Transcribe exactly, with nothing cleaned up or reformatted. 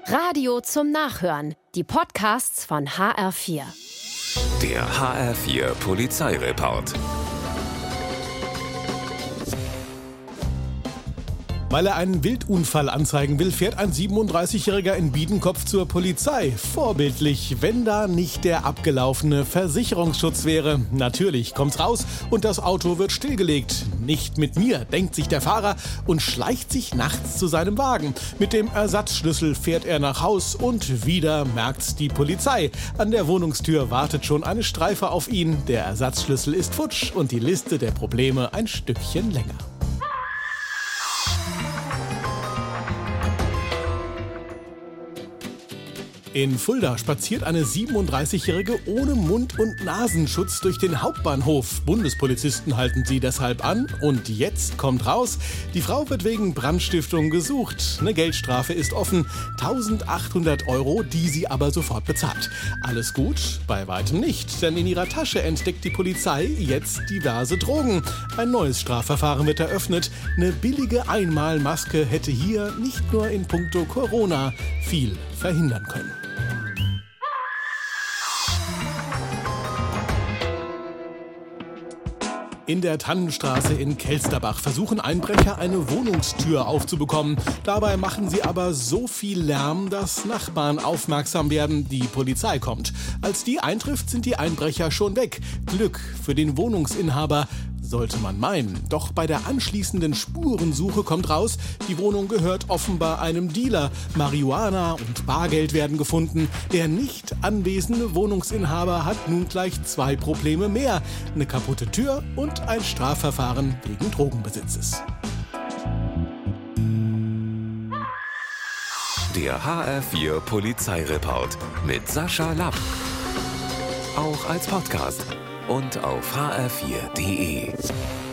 Radio zum Nachhören. Die Podcasts von H R vier. Der H R vier Polizeireport. Weil er einen Wildunfall anzeigen will, fährt ein siebenunddreißigjähriger in Biedenkopf zur Polizei. Vorbildlich, wenn da nicht der abgelaufene Versicherungsschutz wäre. Natürlich kommt's raus und das Auto wird stillgelegt. Nicht mit mir, denkt sich der Fahrer und schleicht sich nachts zu seinem Wagen. Mit dem Ersatzschlüssel fährt er nach Haus und wieder merkt's die Polizei. An der Wohnungstür wartet schon eine Streife auf ihn. Der Ersatzschlüssel ist futsch und die Liste der Probleme ein Stückchen länger. In Fulda spaziert eine siebenunddreißigjährige ohne Mund- und Nasenschutz durch den Hauptbahnhof. Bundespolizisten halten sie deshalb an. Und jetzt kommt raus, die Frau wird wegen Brandstiftung gesucht. Eine Geldstrafe ist offen, eintausendachthundert Euro, die sie aber sofort bezahlt. Alles gut? Bei weitem nicht, denn in ihrer Tasche entdeckt die Polizei jetzt diverse Drogen. Ein neues Strafverfahren wird eröffnet. Eine billige Einmalmaske hätte hier nicht nur in puncto Corona viel verhindern können. In der Tannenstraße in Kelsterbach versuchen Einbrecher, eine Wohnungstür aufzubekommen. Dabei machen sie aber so viel Lärm, dass Nachbarn aufmerksam werden. Die Polizei kommt. Als die eintrifft, sind die Einbrecher schon weg. Glück für den Wohnungsinhaber, sollte man meinen. Doch bei der anschließenden Spurensuche kommt raus, die Wohnung gehört offenbar einem Dealer. Marihuana und Bargeld werden gefunden. Der nicht anwesende Wohnungsinhaber hat nun gleich zwei Probleme mehr. Eine kaputte Tür und ein Strafverfahren wegen Drogenbesitzes. Der H R vier Polizeireport mit Sascha Lapp. Auch als Podcast und auf h r vier punkt d e.